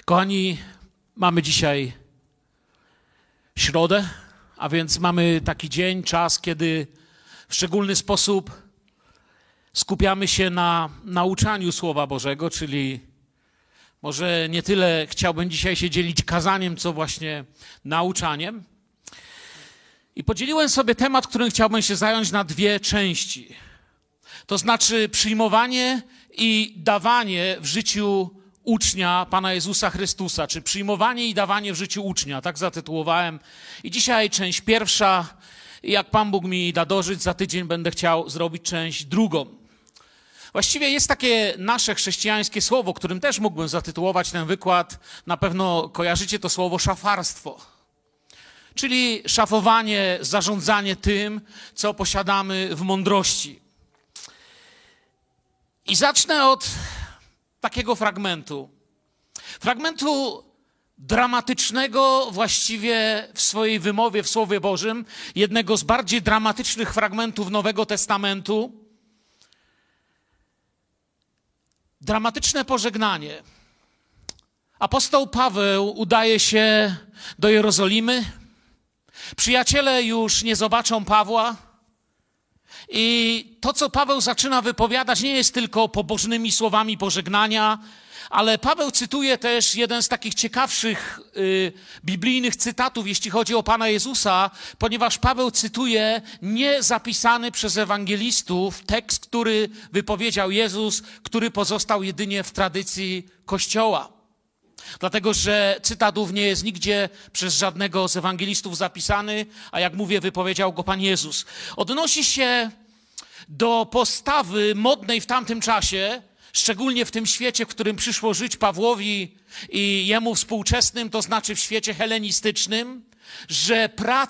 Kochani, mamy dzisiaj środę, a więc mamy taki dzień, czas, kiedy w szczególny sposób skupiamy się na nauczaniu Słowa Bożego, czyli może nie tyle chciałbym dzisiaj się dzielić kazaniem, co właśnie nauczaniem. I podzieliłem sobie temat, którym chciałbym się zająć na dwie części. To znaczy przyjmowanie i dawanie w życiu ucznia Pana Jezusa Chrystusa, czy przyjmowanie i dawanie w życiu ucznia, tak zatytułowałem. I dzisiaj część pierwsza, jak Pan Bóg mi da dożyć, za tydzień będę chciał zrobić część drugą. Właściwie jest takie nasze chrześcijańskie słowo, którym też mógłbym zatytułować ten wykład. Na pewno kojarzycie to słowo szafarstwo. Czyli szafowanie, zarządzanie tym, co posiadamy w mądrości. I zacznę od takiego fragmentu. Fragmentu dramatycznego właściwie w swojej wymowie w Słowie Bożym, jednego z bardziej dramatycznych fragmentów Nowego Testamentu. Dramatyczne pożegnanie. Apostoł Paweł udaje się do Jerozolimy. Przyjaciele już nie zobaczą Pawła. I to, co Paweł zaczyna wypowiadać, nie jest tylko pobożnymi słowami pożegnania, ale Paweł cytuje też jeden z takich ciekawszych biblijnych cytatów, jeśli chodzi o Pana Jezusa, ponieważ Paweł cytuje niezapisany przez ewangelistów tekst, który wypowiedział Jezus, który pozostał jedynie w tradycji Kościoła. Dlatego, że cytatów nie jest nigdzie przez żadnego z ewangelistów zapisany, a jak mówię, wypowiedział go Pan Jezus. Odnosi się do postawy modnej w tamtym czasie, szczególnie w tym świecie, w którym przyszło żyć Pawłowi i jemu współczesnym, to znaczy w świecie helenistycznym, że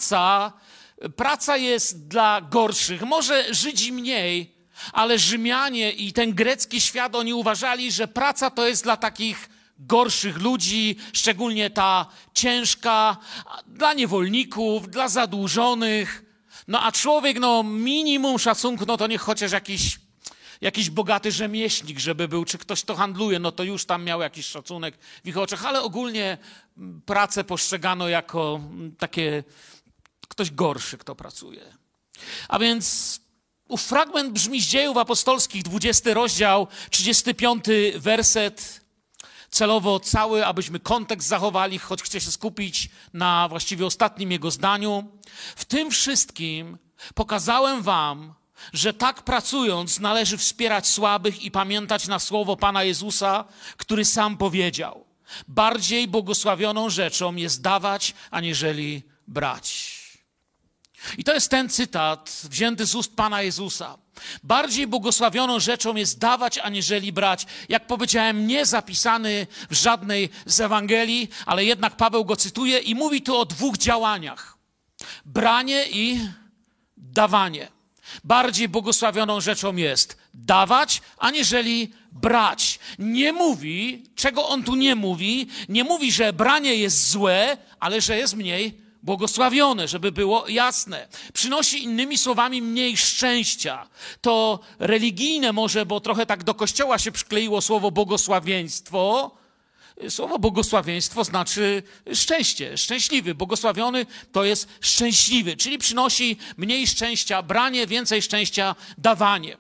praca jest dla gorszych. Może Żydzi mniej, ale Rzymianie i ten grecki świat, oni uważali, że praca to jest dla takich gorszych ludzi, szczególnie ta ciężka, dla niewolników, dla zadłużonych. No a człowiek, minimum szacunku, to niech chociaż jakiś bogaty rzemieślnik, żeby był, czy ktoś, kto handluje, to już tam miał jakiś szacunek w ich oczach, ale ogólnie pracę postrzegano jako takie ktoś gorszy, kto pracuje. A więc ów fragment brzmi z Dziejów Apostolskich, 20 rozdział, 35 werset, celowo cały, abyśmy kontekst zachowali, choć chcę się skupić na właściwie ostatnim jego zdaniu. W tym wszystkim pokazałem wam, że tak pracując należy wspierać słabych i pamiętać na słowo Pana Jezusa, który sam powiedział: bardziej błogosławioną rzeczą jest dawać, aniżeli brać. I to jest ten cytat wzięty z ust Pana Jezusa. Bardziej błogosławioną rzeczą jest dawać, aniżeli brać. Jak powiedziałem, nie zapisany w żadnej z Ewangelii, ale jednak Paweł go cytuje i mówi tu o dwóch działaniach. Branie i dawanie. Bardziej błogosławioną rzeczą jest dawać, aniżeli brać. Nie mówi, czego on tu nie mówi, że branie jest złe, ale że jest mniej błogosławione, żeby było jasne. Przynosi innymi słowami mniej szczęścia. To religijne może, bo trochę tak do kościoła się przykleiło słowo błogosławieństwo. Słowo błogosławieństwo znaczy szczęście, szczęśliwy. Błogosławiony to jest szczęśliwy, czyli przynosi mniej szczęścia branie, więcej szczęścia dawanie.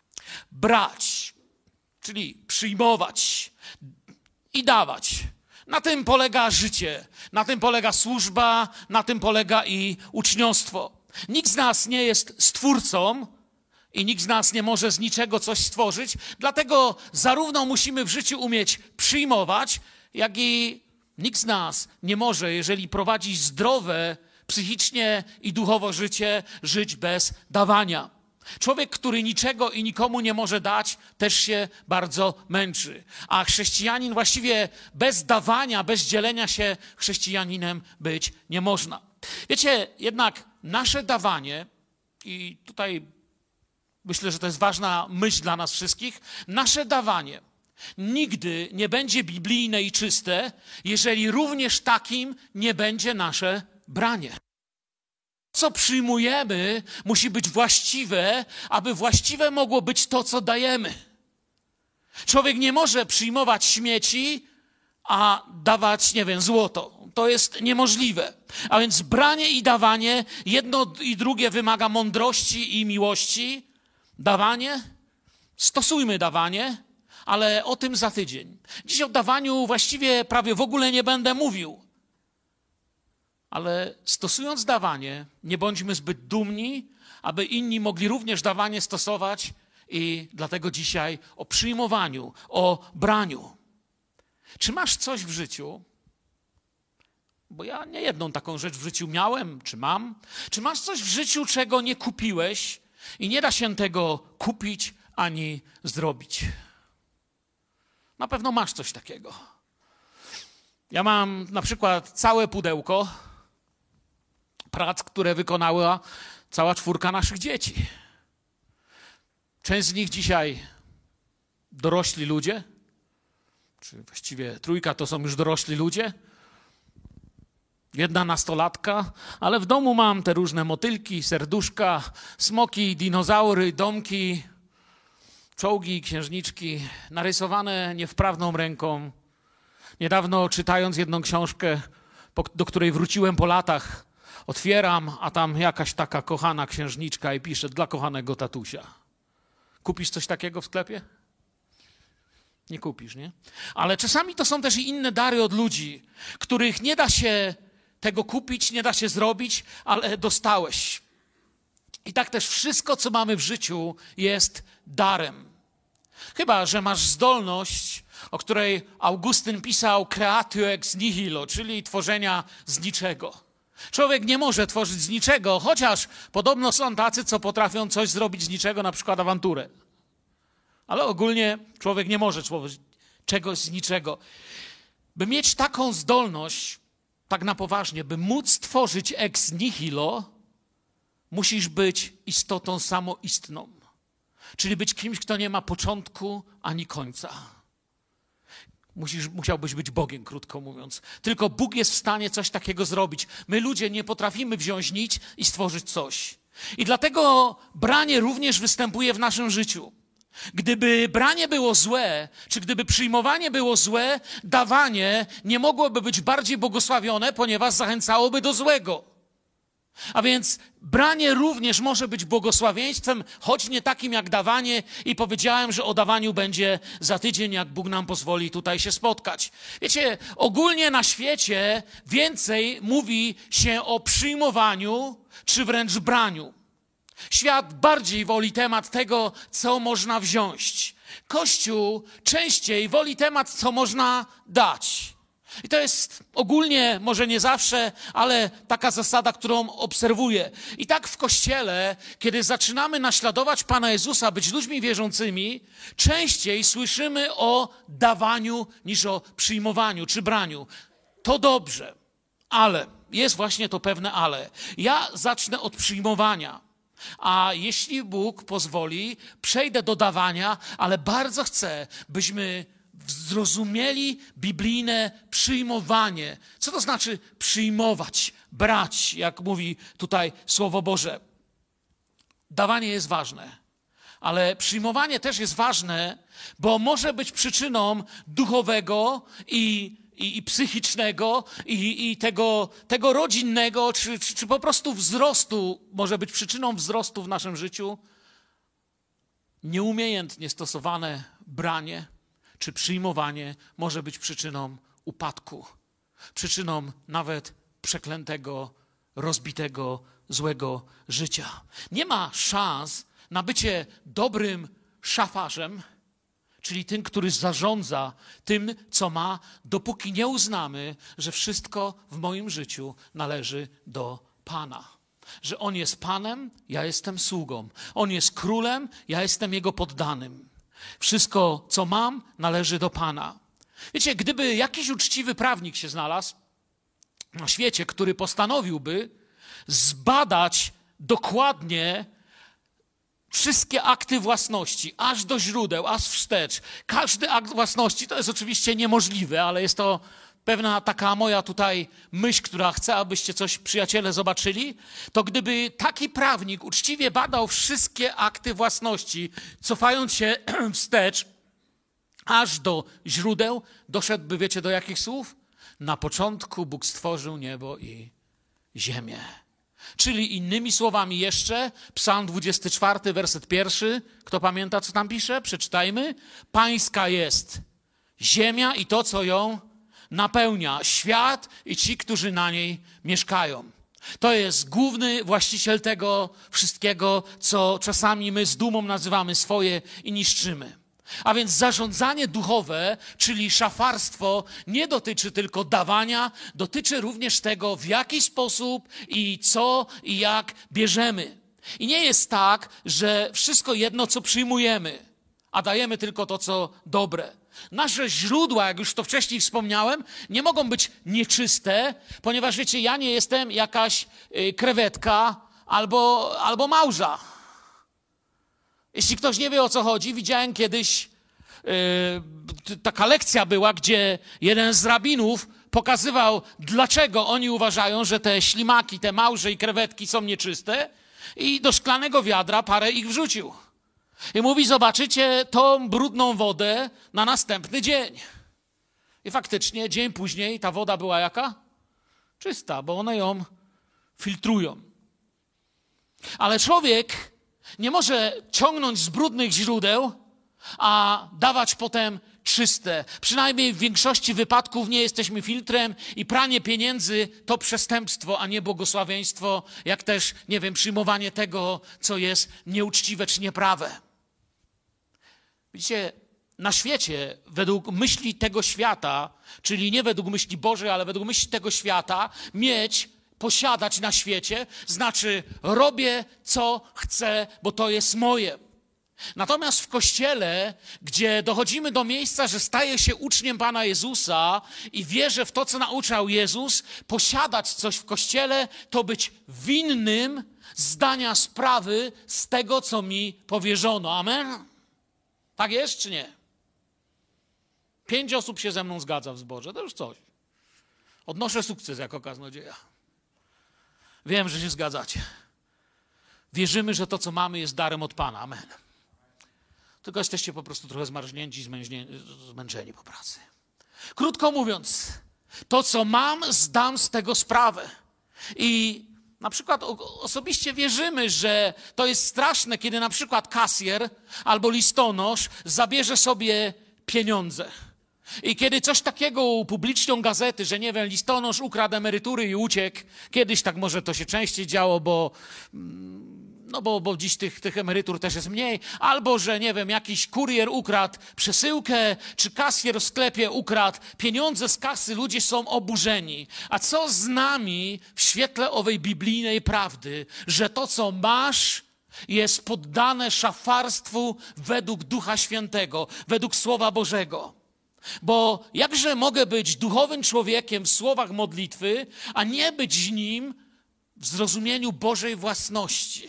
Brać, czyli przyjmować i dawać. Na tym polega życie, na tym polega służba, na tym polega i uczniostwo. Nikt z nas nie jest stwórcą i nikt z nas nie może z niczego coś stworzyć, dlatego zarówno musimy w życiu umieć przyjmować, jak i nikt z nas nie może, jeżeli prowadzi zdrowe psychicznie i duchowo życie, żyć bez dawania. Człowiek, który niczego i nikomu nie może dać, też się bardzo męczy. A chrześcijanin właściwie bez dawania, bez dzielenia się chrześcijaninem być nie można. Wiecie, jednak nasze dawanie, i tutaj myślę, że to jest ważna myśl dla nas wszystkich, nasze dawanie nigdy nie będzie biblijne i czyste, jeżeli również takim nie będzie nasze branie. Co przyjmujemy, musi być właściwe, aby właściwe mogło być to, co dajemy. Człowiek nie może przyjmować śmieci, a dawać, nie wiem, złoto. To jest niemożliwe. A więc branie i dawanie, jedno i drugie wymaga mądrości i miłości. Dawanie, stosujmy dawanie, ale o tym za tydzień. Dziś o dawaniu właściwie prawie w ogóle nie będę mówił. Ale stosując dawanie, nie bądźmy zbyt dumni, aby inni mogli również dawanie stosować i dlatego dzisiaj o przyjmowaniu, o braniu. Czy masz coś w życiu? Bo ja nie jedną taką rzecz w życiu miałem, czy mam. Czy masz coś w życiu, czego nie kupiłeś i nie da się tego kupić ani zrobić? Na pewno masz coś takiego. Ja mam na przykład całe pudełko prac, które wykonała cała 4 naszych dzieci. Część z nich dzisiaj dorośli ludzie, czy właściwie 3 to są już dorośli ludzie, 1 nastolatka, ale w domu mam te różne motylki, serduszka, smoki, dinozaury, domki, czołgi, księżniczki, narysowane niewprawną ręką. Niedawno czytając jedną książkę, do której wróciłem po latach, otwieram, a tam jakaś taka kochana księżniczka i pisze dla kochanego tatusia. Kupisz coś takiego w sklepie? Nie kupisz, nie? Ale czasami to są też i inne dary od ludzi, których nie da się tego kupić, nie da się zrobić, ale dostałeś. I tak też wszystko, co mamy w życiu, jest darem. Chyba że masz zdolność, o której Augustyn pisał creatio ex nihilo, czyli tworzenia z niczego. Człowiek nie może tworzyć z niczego, chociaż podobno są tacy, co potrafią coś zrobić z niczego, na przykład awanturę. Ale ogólnie człowiek nie może tworzyć czegoś z niczego. By mieć taką zdolność, tak na poważnie, by móc tworzyć ex nihilo, musisz być istotą samoistną. Czyli być kimś, kto nie ma początku ani końca. Musiałbyś być Bogiem, krótko mówiąc. Tylko Bóg jest w stanie coś takiego zrobić. My ludzie nie potrafimy wziąć nic i stworzyć coś. I dlatego branie również występuje w naszym życiu. Gdyby branie było złe, czy gdyby przyjmowanie było złe, dawanie nie mogłoby być bardziej błogosławione, ponieważ zachęcałoby do złego. A więc branie również może być błogosławieństwem, choć nie takim jak dawanie, i powiedziałem, że o dawaniu będzie za tydzień, jak Bóg nam pozwoli tutaj się spotkać. Wiecie, ogólnie na świecie więcej mówi się o przyjmowaniu, czy wręcz braniu. Świat bardziej woli temat tego, co można wziąć. Kościół częściej woli temat, co można dać. I to jest ogólnie, może nie zawsze, ale taka zasada, którą obserwuję. I tak w Kościele, kiedy zaczynamy naśladować Pana Jezusa, być ludźmi wierzącymi, częściej słyszymy o dawaniu niż o przyjmowaniu czy braniu. To dobrze, ale jest właśnie to pewne ale. Ja zacznę od przyjmowania. A jeśli Bóg pozwoli, przejdę do dawania, ale bardzo chcę, byśmy zrozumieli biblijne przyjmowanie. Co to znaczy przyjmować, brać, jak mówi tutaj Słowo Boże? Dawanie jest ważne, ale przyjmowanie też jest ważne, bo może być przyczyną duchowego i psychicznego, i tego rodzinnego, czy po prostu wzrostu, może być przyczyną wzrostu w naszym życiu. Nieumiejętnie stosowane branie czy przyjmowanie może być przyczyną upadku, przyczyną nawet przeklętego, rozbitego, złego życia. Nie ma szans na bycie dobrym szafarzem, czyli tym, który zarządza tym, co ma, dopóki nie uznamy, że wszystko w moim życiu należy do Pana. Że On jest Panem, ja jestem sługą. On jest królem, ja jestem Jego poddanym. Wszystko, co mam, należy do Pana. Wiecie, gdyby jakiś uczciwy prawnik się znalazł na świecie, który postanowiłby zbadać dokładnie wszystkie akty własności, aż do źródeł, aż wstecz, każdy akt własności, to jest oczywiście niemożliwe, ale jest to pewna taka moja tutaj myśl, która chce, abyście coś, przyjaciele, zobaczyli, to gdyby taki prawnik uczciwie badał wszystkie akty własności, cofając się wstecz, aż do źródeł, doszedłby, wiecie, do jakich słów? Na początku Bóg stworzył niebo i ziemię. Czyli innymi słowami jeszcze, Psalm 24, werset 1. Kto pamięta, co tam pisze? Przeczytajmy. Pańska jest ziemia i to, co ją napełnia, świat i ci, którzy na niej mieszkają. To jest główny właściciel tego wszystkiego, co czasami my z dumą nazywamy swoje i niszczymy. A więc zarządzanie duchowe, czyli szafarstwo, nie dotyczy tylko dawania, dotyczy również tego, w jaki sposób i co i jak bierzemy. I nie jest tak, że wszystko jedno, co przyjmujemy, a dajemy tylko to, co dobre. Nasze źródła, jak już to wcześniej wspomniałem, nie mogą być nieczyste, ponieważ wiecie, ja nie jestem jakaś krewetka albo małża. Jeśli ktoś nie wie, o co chodzi, widziałem kiedyś, taka lekcja była, gdzie jeden z rabinów pokazywał, dlaczego oni uważają, że te ślimaki, te małże i krewetki są nieczyste i do szklanego wiadra parę ich wrzucił. I mówi, zobaczycie tą brudną wodę na następny dzień. I faktycznie dzień później ta woda była jaka? Czysta, bo one ją filtrują. Ale człowiek nie może ciągnąć z brudnych źródeł, a dawać potem czyste. Przynajmniej w większości wypadków nie jesteśmy filtrem i pranie pieniędzy to przestępstwo, a nie błogosławieństwo, jak też, nie wiem, przyjmowanie tego, co jest nieuczciwe czy nieprawe. Widzicie, na świecie, według myśli tego świata, czyli nie według myśli Bożej, ale według myśli tego świata, posiadać na świecie, znaczy robię, co chcę, bo to jest moje. Natomiast w Kościele, gdzie dochodzimy do miejsca, że staję się uczniem Pana Jezusa i wierzę w to, co nauczał Jezus, posiadać coś w Kościele, to być winnym zdania sprawy z tego, co mi powierzono. Amen? Tak jest, czy nie? 5 osób się ze mną zgadza w zborze, to już coś. Odnoszę sukces jako kaznodzieja. Wiem, że się zgadzacie. Wierzymy, że to, co mamy, jest darem od Pana. Amen. Tylko jesteście po prostu trochę zmarznięci, zmęczeni po pracy. Krótko mówiąc, to, co mam, zdam z tego sprawę. I na przykład osobiście wierzymy, że to jest straszne, kiedy na przykład kasjer albo listonosz zabierze sobie pieniądze. I kiedy coś takiego upublicznią gazety, że nie wiem, listonosz ukradł emerytury i uciekł, kiedyś tak może to się częściej działo, bo dziś tych emerytur też jest mniej, albo że nie wiem, jakiś kurier ukradł przesyłkę, czy kasjer w sklepie ukradł pieniądze z kasy, ludzie są oburzeni. A co z nami w świetle owej biblijnej prawdy, że to, co masz, jest poddane szafarstwu według Ducha Świętego, według Słowa Bożego. Bo jakże mogę być duchowym człowiekiem w słowach modlitwy, a nie być nim w zrozumieniu Bożej własności?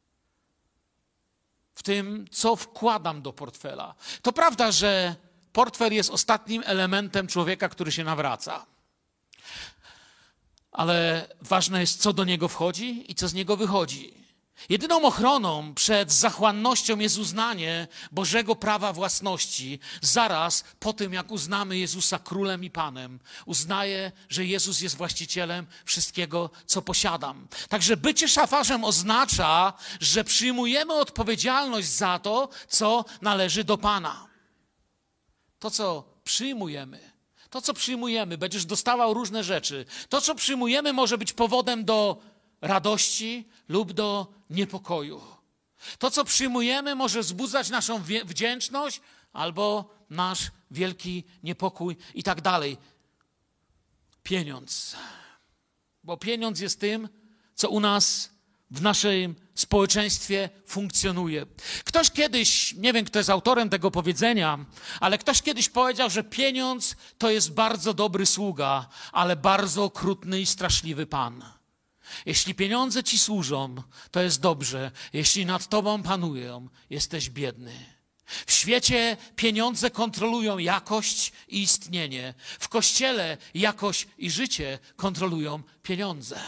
W tym, co wkładam do portfela. To prawda, że portfel jest ostatnim elementem człowieka, który się nawraca. Ale ważne jest, co do niego wchodzi i co z niego wychodzi. Jedyną ochroną przed zachłannością jest uznanie Bożego prawa własności. Zaraz po tym, jak uznamy Jezusa królem i Panem, uznaję, że Jezus jest właścicielem wszystkiego, co posiadam. Także bycie szafarzem oznacza, że przyjmujemy odpowiedzialność za to, co należy do Pana. To, co przyjmujemy, będziesz dostawał różne rzeczy. To, co przyjmujemy, może być powodem do radości lub do niepokoju. To, co przyjmujemy, może wzbudzać naszą wdzięczność albo nasz wielki niepokój i tak dalej. Pieniądz. Bo pieniądz jest tym, co u nas w naszym społeczeństwie funkcjonuje. Ktoś kiedyś, nie wiem, kto jest autorem tego powiedzenia, ale ktoś kiedyś powiedział, że pieniądz to jest bardzo dobry sługa, ale bardzo okrutny i straszliwy pan. Jeśli pieniądze ci służą, to jest dobrze. Jeśli nad tobą panują, jesteś biedny. W świecie pieniądze kontrolują jakość i istnienie. W Kościele jakość i życie kontrolują pieniądze.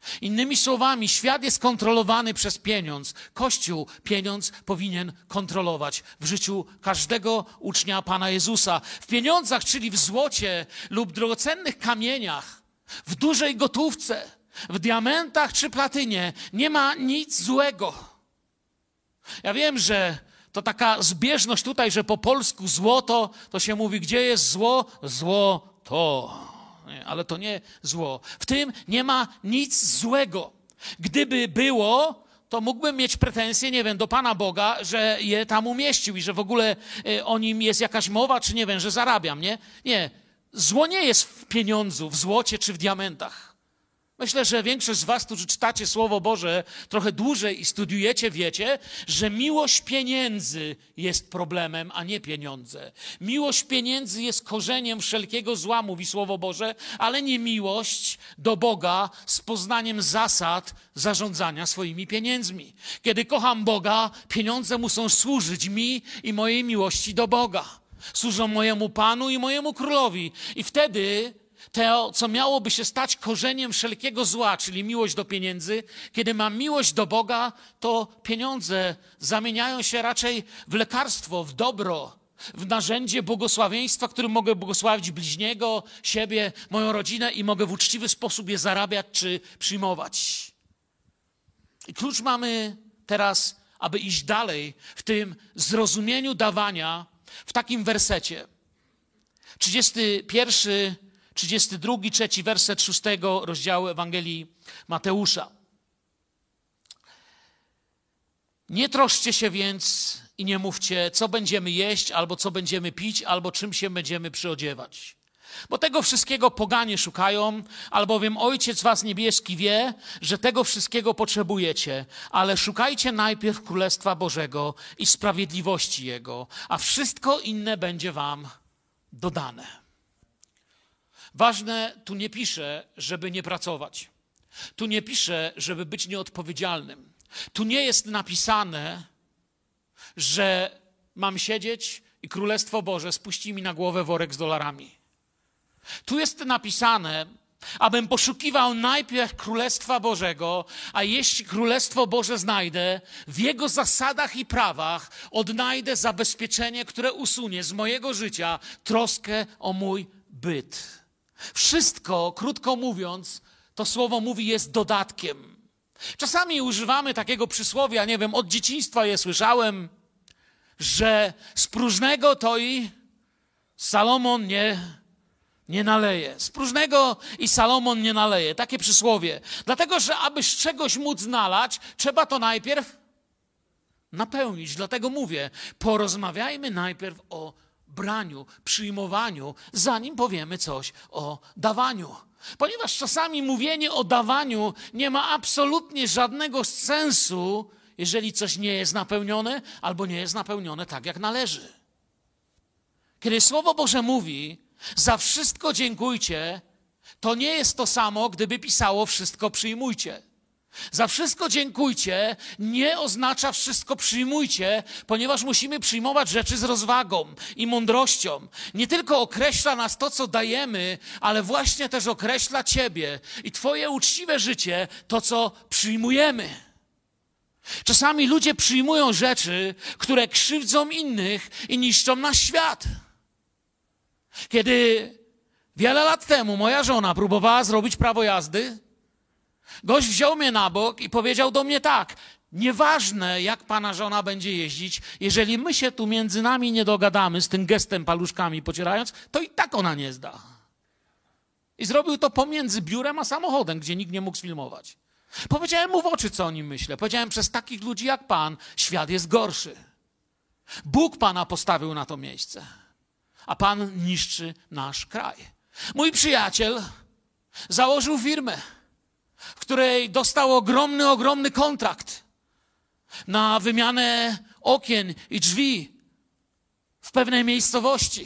Innymi słowami, świat jest kontrolowany przez pieniądz. Kościół pieniądz powinien kontrolować w życiu każdego ucznia Pana Jezusa. W pieniądzach, czyli w złocie lub drogocennych kamieniach, w dużej gotówce, w diamentach czy platynie nie ma nic złego. Ja wiem, że to taka zbieżność tutaj, że po polsku złoto, to się mówi, gdzie jest zło? Złoto. Nie, ale to nie zło. W tym nie ma nic złego. Gdyby było, to mógłbym mieć pretensje, nie wiem, do Pana Boga, że je tam umieścił i że w ogóle o nim jest jakaś mowa, czy nie wiem, że zarabiam, nie? Nie. Zło nie jest w pieniądzu, w złocie czy w diamentach. Myślę, że większość z was, którzy czytacie Słowo Boże trochę dłużej i studiujecie, wiecie, że miłość pieniędzy jest problemem, a nie pieniądze. Miłość pieniędzy jest korzeniem wszelkiego zła, mówi Słowo Boże, ale nie miłość do Boga z poznaniem zasad zarządzania swoimi pieniędzmi. Kiedy kocham Boga, pieniądze muszą służyć mi i mojej miłości do Boga. Służą mojemu Panu i mojemu Królowi. I wtedy to, co miałoby się stać korzeniem wszelkiego zła, czyli miłość do pieniędzy, kiedy mam miłość do Boga, to pieniądze zamieniają się raczej w lekarstwo, w dobro, w narzędzie błogosławieństwa, którym mogę błogosławić bliźniego, siebie, moją rodzinę i mogę w uczciwy sposób je zarabiać czy przyjmować. I klucz mamy teraz, aby iść dalej w tym zrozumieniu dawania w takim wersecie. 31, 32, 3 werset 6 rozdziału Ewangelii Mateusza. Nie troszczcie się więc i nie mówcie, co będziemy jeść, albo co będziemy pić, albo czym się będziemy przyodziewać. Bo tego wszystkiego poganie szukają, albowiem Ojciec was niebieski wie, że tego wszystkiego potrzebujecie. Ale szukajcie najpierw Królestwa Bożego i sprawiedliwości Jego, a wszystko inne będzie wam dodane. Ważne, tu nie pisze, żeby nie pracować. Tu nie pisze, żeby być nieodpowiedzialnym. Tu nie jest napisane, że mam siedzieć i Królestwo Boże spuści mi na głowę worek z dolarami. Tu jest napisane, abym poszukiwał najpierw Królestwa Bożego, a jeśli Królestwo Boże znajdę, w Jego zasadach i prawach odnajdę zabezpieczenie, które usunie z mojego życia troskę o mój byt. Wszystko, krótko mówiąc, to słowo mówi, jest dodatkiem. Czasami używamy takiego przysłowia, nie wiem, od dzieciństwa je słyszałem, że z próżnego to i Salomon nie naleje. Z próżnego i Salomon nie naleje. Takie przysłowie. Dlatego, że aby z czegoś móc nalać, trzeba to najpierw napełnić. Dlatego mówię, porozmawiajmy najpierw o braniu, przyjmowaniu, zanim powiemy coś o dawaniu. Ponieważ czasami mówienie o dawaniu nie ma absolutnie żadnego sensu, jeżeli coś nie jest napełnione albo nie jest napełnione tak, jak należy. Kiedy Słowo Boże mówi, za wszystko dziękujcie, to nie jest to samo, gdyby pisało wszystko przyjmujcie. Za wszystko dziękujcie nie oznacza wszystko przyjmujcie, ponieważ musimy przyjmować rzeczy z rozwagą i mądrością. Nie tylko określa nas to, co dajemy, ale właśnie też określa Ciebie i Twoje uczciwe życie, to, co przyjmujemy. Czasami ludzie przyjmują rzeczy, które krzywdzą innych i niszczą nasz świat. Kiedy wiele lat temu moja żona próbowała zrobić prawo jazdy, gość wziął mnie na bok i powiedział do mnie tak: nieważne, jak pana żona będzie jeździć, jeżeli my się tu między nami nie dogadamy z tym gestem paluszkami pocierając, to i tak ona nie zda. I zrobił to pomiędzy biurem a samochodem, gdzie nikt nie mógł sfilmować. Powiedziałem mu w oczy, co o nim myślę. Powiedziałem, przez takich ludzi jak pan świat jest gorszy. Bóg pana postawił na to miejsce, a pan niszczy nasz kraj. Mój przyjaciel założył firmę, w której dostał ogromny kontrakt na wymianę okien i drzwi w pewnej miejscowości.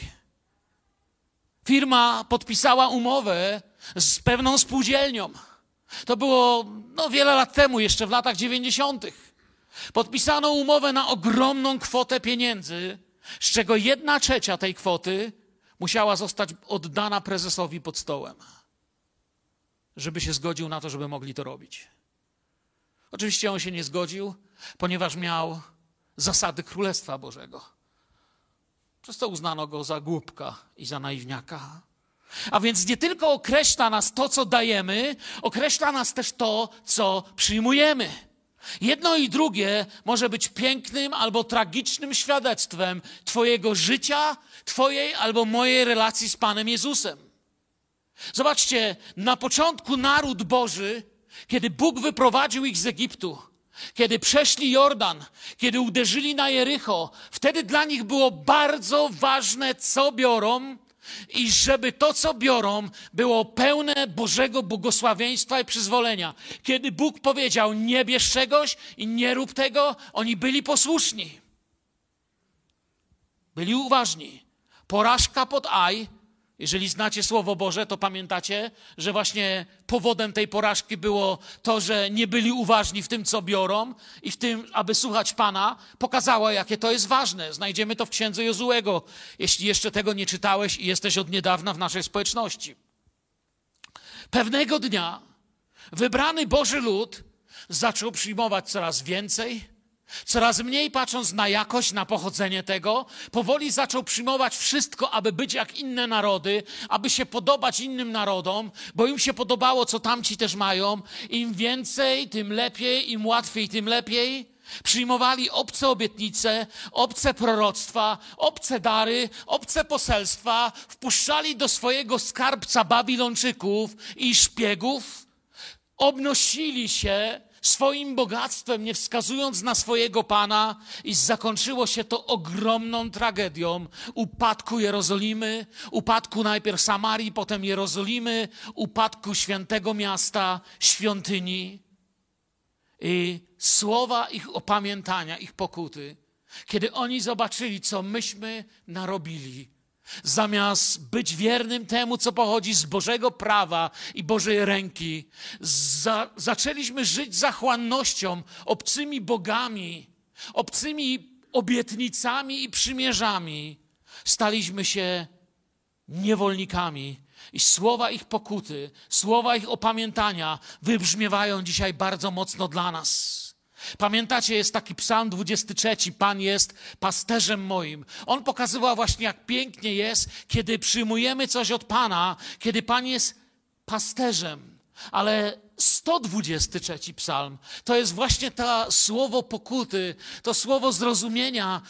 Firma podpisała umowę z pewną spółdzielnią. To było wiele lat temu, jeszcze w latach 90. Podpisano umowę na ogromną kwotę pieniędzy, z czego 1/3 tej kwoty musiała zostać oddana prezesowi pod stołem. żeby się zgodził na to, żeby mogli to robić. Oczywiście on się nie zgodził, ponieważ miał zasady Królestwa Bożego. Przez to uznano go za głupka i za naiwniaka. A więc nie tylko określa nas to, co dajemy, określa nas też to, co przyjmujemy. Jedno i drugie może być pięknym albo tragicznym świadectwem twojego życia, twojej albo mojej relacji z Panem Jezusem. Zobaczcie, na początku naród Boży, kiedy Bóg wyprowadził ich z Egiptu, kiedy przeszli Jordan, kiedy uderzyli na Jericho, wtedy dla nich było bardzo ważne, co biorą i żeby to, co biorą, było pełne Bożego błogosławieństwa i przyzwolenia. Kiedy Bóg powiedział, nie bierz czegoś i nie rób tego, oni byli posłuszni. Byli uważni. Porażka pod Aj. Jeżeli znacie Słowo Boże, to pamiętacie, że właśnie powodem tej porażki było to, że nie byli uważni w tym, co biorą i w tym, aby słuchać Pana, pokazało, jakie to jest ważne. Znajdziemy to w Księdze Jozuego, jeśli jeszcze tego nie czytałeś i jesteś od niedawna w naszej społeczności. Pewnego dnia wybrany Boży lud zaczął przyjmować coraz więcej, coraz mniej patrząc na jakość, na pochodzenie tego, powoli zaczął przyjmować wszystko, aby być jak inne narody, aby się podobać innym narodom, bo im się podobało, co tamci też mają. Im więcej, tym lepiej, im łatwiej, tym lepiej. Przyjmowali obce obietnice, obce proroctwa, obce dary, obce poselstwa, wpuszczali do swojego skarbca Babilończyków i szpiegów, obnosili się swoim bogactwem, nie wskazując na swojego Pana, i zakończyło się to ogromną tragedią upadku Jerozolimy, upadku najpierw Samarii, potem Jerozolimy, upadku świętego miasta, świątyni. I słowa ich opamiętania, ich pokuty, kiedy oni zobaczyli, co myśmy narobili, zamiast być wiernym temu, co pochodzi z Bożego prawa i Bożej ręki, zaczęliśmy żyć zachłannością, obcymi bogami, obcymi obietnicami i przymierzami. Staliśmy się niewolnikami i słowa ich pokuty, słowa ich opamiętania wybrzmiewają dzisiaj bardzo mocno dla nas. Pamiętacie, jest taki psalm 23, Pan jest pasterzem moim. On pokazywał właśnie, jak pięknie jest, kiedy przyjmujemy coś od Pana, kiedy Pan jest pasterzem. Ale 123 psalm to jest właśnie to słowo pokuty, to słowo zrozumienia,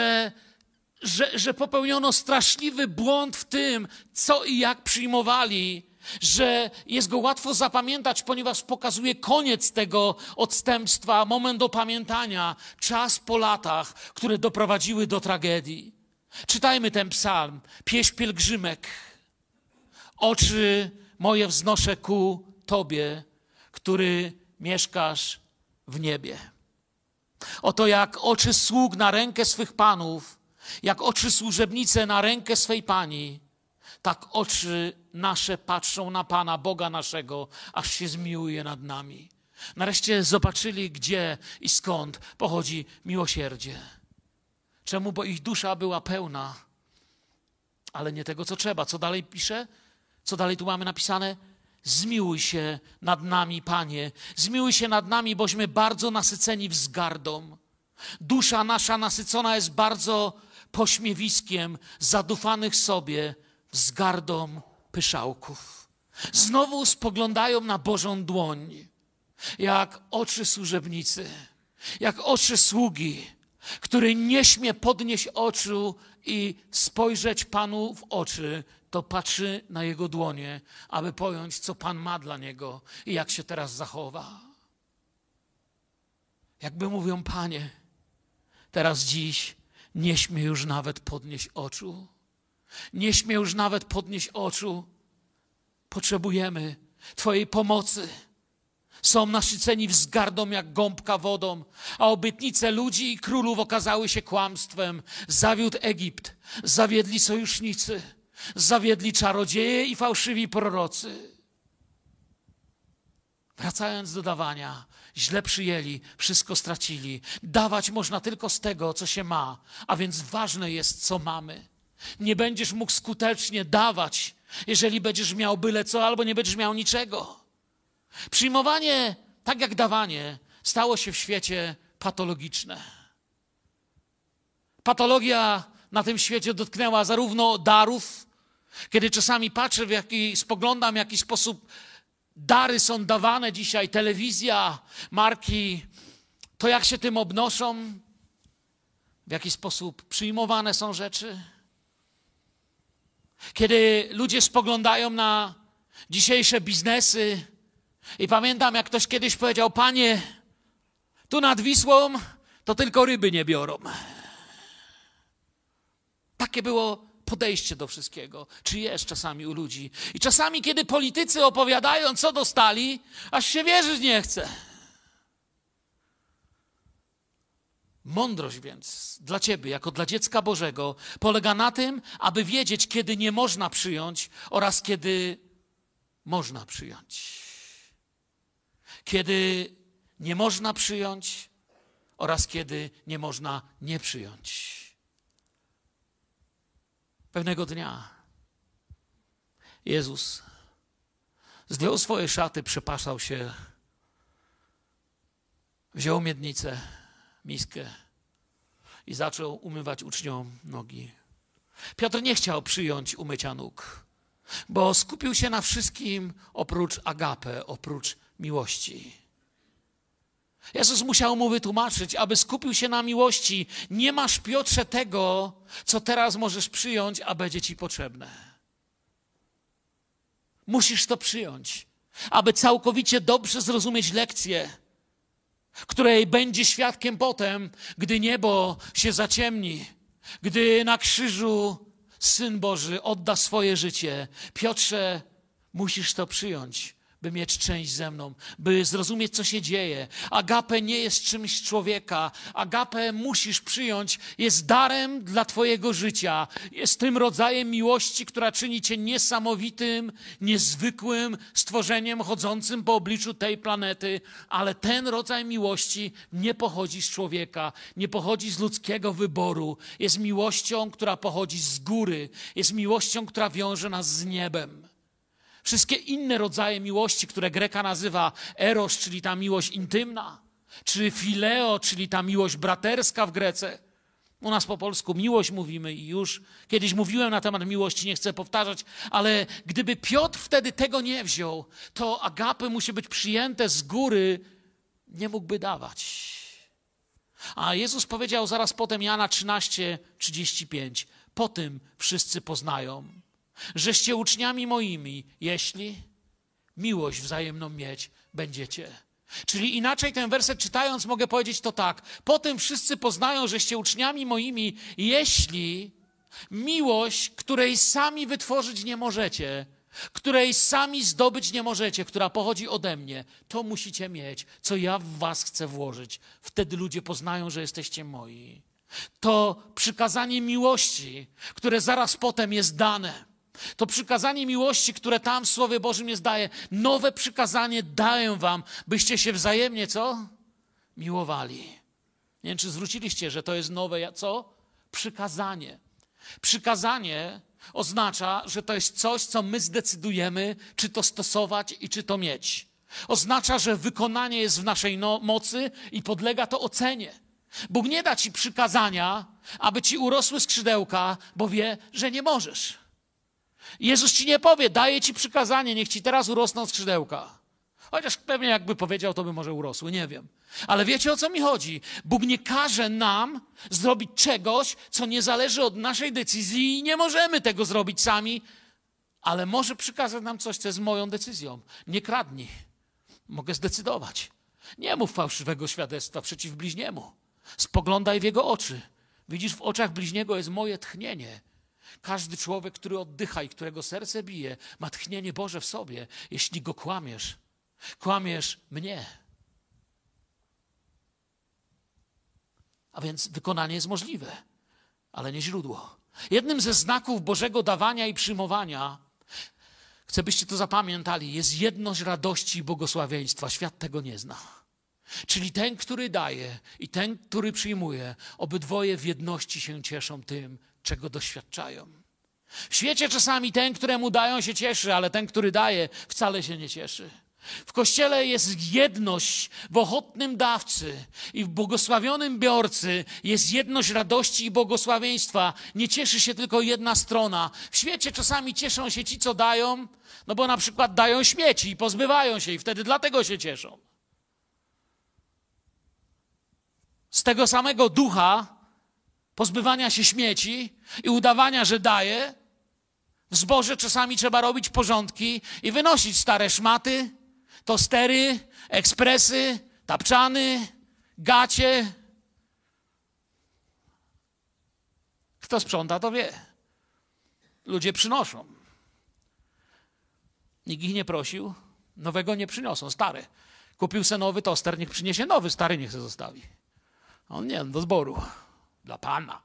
że popełniono straszliwy błąd w tym, co i jak przyjmowali, że jest go łatwo zapamiętać, ponieważ pokazuje koniec tego odstępstwa, moment opamiętania, czas po latach, które doprowadziły do tragedii. Czytajmy ten psalm. Pieśń pielgrzymek. Oczy moje wznoszę ku Tobie, który mieszkasz w niebie. Oto jak oczy sług na rękę swych panów, jak oczy służebnice na rękę swej pani, tak oczy nasze patrzą na Pana, Boga naszego, aż się zmiłuje nad nami. Nareszcie zobaczyli, gdzie i skąd pochodzi miłosierdzie. Czemu? Bo ich dusza była pełna, ale nie tego, co trzeba. Co dalej pisze? Co dalej tu mamy napisane? Zmiłuj się nad nami, Panie. Zmiłuj się nad nami, bośmy bardzo nasyceni wzgardą. Dusza nasza nasycona jest bardzo pośmiewiskiem zadufanych sobie wzgardą pyszałków. Znowu spoglądają na Bożą dłoń, jak oczy służebnicy, jak oczy sługi, który nie śmie podnieść oczu i spojrzeć Panu w oczy, to patrzy na Jego dłonie, aby pojąć, co Pan ma dla niego i jak się teraz zachowa. Jakby mówią, Panie, teraz dziś nie śmie już nawet podnieść oczu. Nie śmie już nawet podnieść oczu. Potrzebujemy Twojej pomocy. Są nasyceni wzgardą jak gąbka wodą, a obietnice ludzi i królów okazały się kłamstwem. Zawiódł Egipt, zawiedli sojusznicy, zawiedli czarodzieje i fałszywi prorocy. Wracając do dawania, źle przyjęli, wszystko stracili. Dawać można tylko z tego, co się ma, a więc ważne jest, co mamy. Nie będziesz mógł skutecznie dawać, jeżeli będziesz miał byle co, albo nie będziesz miał niczego. Przyjmowanie, tak jak dawanie, stało się w świecie patologiczne. Patologia na tym świecie dotknęła zarówno darów, kiedy czasami patrzę, spoglądam, w jaki sposób dary są dawane dzisiaj, telewizja, marki, to jak się tym obnoszą, w jaki sposób przyjmowane są rzeczy. Kiedy ludzie spoglądają na dzisiejsze biznesy i pamiętam, jak ktoś kiedyś powiedział: Panie, tu nad Wisłą to tylko ryby nie biorą. Takie było podejście do wszystkiego. Czy jest czasami u ludzi. I czasami, kiedy politycy opowiadają, co dostali, aż się wierzyć nie chce. Mądrość więc dla ciebie, jako dla dziecka Bożego, polega na tym, aby wiedzieć, kiedy nie można przyjąć oraz kiedy można przyjąć. Kiedy nie można przyjąć oraz kiedy nie można nie przyjąć. Pewnego dnia Jezus zdjął swoje szaty, przepasał się, wziął miednicę, miskę i zaczął umywać uczniom nogi. Piotr nie chciał przyjąć umycia nóg, bo skupił się na wszystkim oprócz agape, oprócz miłości. Jezus musiał mu wytłumaczyć, aby skupił się na miłości. Nie masz, Piotrze, tego, co teraz możesz przyjąć, a będzie ci potrzebne. Musisz to przyjąć, aby całkowicie dobrze zrozumieć lekcję, której będzie świadkiem potem, gdy niebo się zaciemni, gdy na krzyżu Syn Boży odda swoje życie. Piotrze, musisz to przyjąć, by mieć część ze mną, by zrozumieć, co się dzieje. Agape nie jest czymś człowieka. Agape musisz przyjąć, jest darem dla twojego życia. Jest tym rodzajem miłości, która czyni cię niesamowitym, niezwykłym stworzeniem chodzącym po obliczu tej planety. Ale ten rodzaj miłości nie pochodzi z człowieka, nie pochodzi z ludzkiego wyboru. Jest miłością, która pochodzi z góry. Jest miłością, która wiąże nas z niebem. Wszystkie inne rodzaje miłości, które Greka nazywa eros, czyli ta miłość intymna, czy fileo, czyli ta miłość braterska w Grece. U nas po polsku miłość mówimy i już kiedyś mówiłem na temat miłości, nie chcę powtarzać, ale gdyby Piotr wtedy tego nie wziął, to agape musi być przyjęte z góry, nie mógłby dawać. A Jezus powiedział zaraz potem, Jana 13:35, po tym wszyscy poznają, żeście uczniami moimi, jeśli miłość wzajemną mieć będziecie. Czyli inaczej ten werset czytając mogę powiedzieć to tak. Po tym wszyscy poznają, żeście uczniami moimi, jeśli miłość, której sami wytworzyć nie możecie, której sami zdobyć nie możecie, która pochodzi ode mnie, to musicie mieć, co ja w was chcę włożyć. Wtedy ludzie poznają, że jesteście moi. To przykazanie miłości, które zaraz potem jest dane. To przykazanie miłości, które tam w Słowie Bożym jest daje. Nowe przykazanie daję wam, byście się wzajemnie, co? Miłowali. Nie wiem, czy zwróciliście, że to jest nowe, co? Przykazanie. Przykazanie oznacza, że to jest coś, co my zdecydujemy, czy to stosować i czy to mieć. Oznacza, że wykonanie jest w naszej mocy i podlega to ocenie. Bóg nie da ci przykazania, aby ci urosły skrzydełka, bo wie, że nie możesz. Jezus ci nie powie, daję ci przykazanie, niech ci teraz urosną skrzydełka. Chociaż pewnie jakby powiedział, to by może urosły, nie wiem. Ale wiecie, o co mi chodzi? Bóg nie każe nam zrobić czegoś, co nie zależy od naszej decyzji i nie możemy tego zrobić sami, ale może przykazać nam coś, co jest moją decyzją. Nie kradnij. Mogę zdecydować. Nie mów fałszywego świadectwa przeciw bliźniemu. Spoglądaj w jego oczy. Widzisz, w oczach bliźniego jest moje tchnienie. Każdy człowiek, który oddycha i którego serce bije, ma tchnienie Boże w sobie. Jeśli go kłamiesz, kłamiesz mnie. A więc wykonanie jest możliwe, ale nie źródło. Jednym ze znaków Bożego dawania i przyjmowania, chcę byście to zapamiętali, jest jedność radości i błogosławieństwa. Świat tego nie zna. Czyli ten, który daje i ten, który przyjmuje, obydwoje w jedności się cieszą tym, czego doświadczają. W świecie czasami ten, któremu dają, się cieszy, ale ten, który daje, wcale się nie cieszy. W Kościele jest jedność w ochotnym dawcy i w błogosławionym biorcy jest jedność radości i błogosławieństwa. Nie cieszy się tylko jedna strona. W świecie czasami cieszą się ci, co dają, no bo na przykład dają śmieci i pozbywają się i wtedy dlatego się cieszą. Z tego samego ducha pozbywania się śmieci i udawania, że daje, w zborze czasami trzeba robić porządki i wynosić stare szmaty, tostery, ekspresy, tapczany, gacie. Kto sprząta, to wie. Ludzie przynoszą. Nikt ich nie prosił, nowego nie przyniosą, stary. Kupił se nowy toster, niech przyniesie nowy, stary niech se zostawi. On nie, do zboru, dla Pana.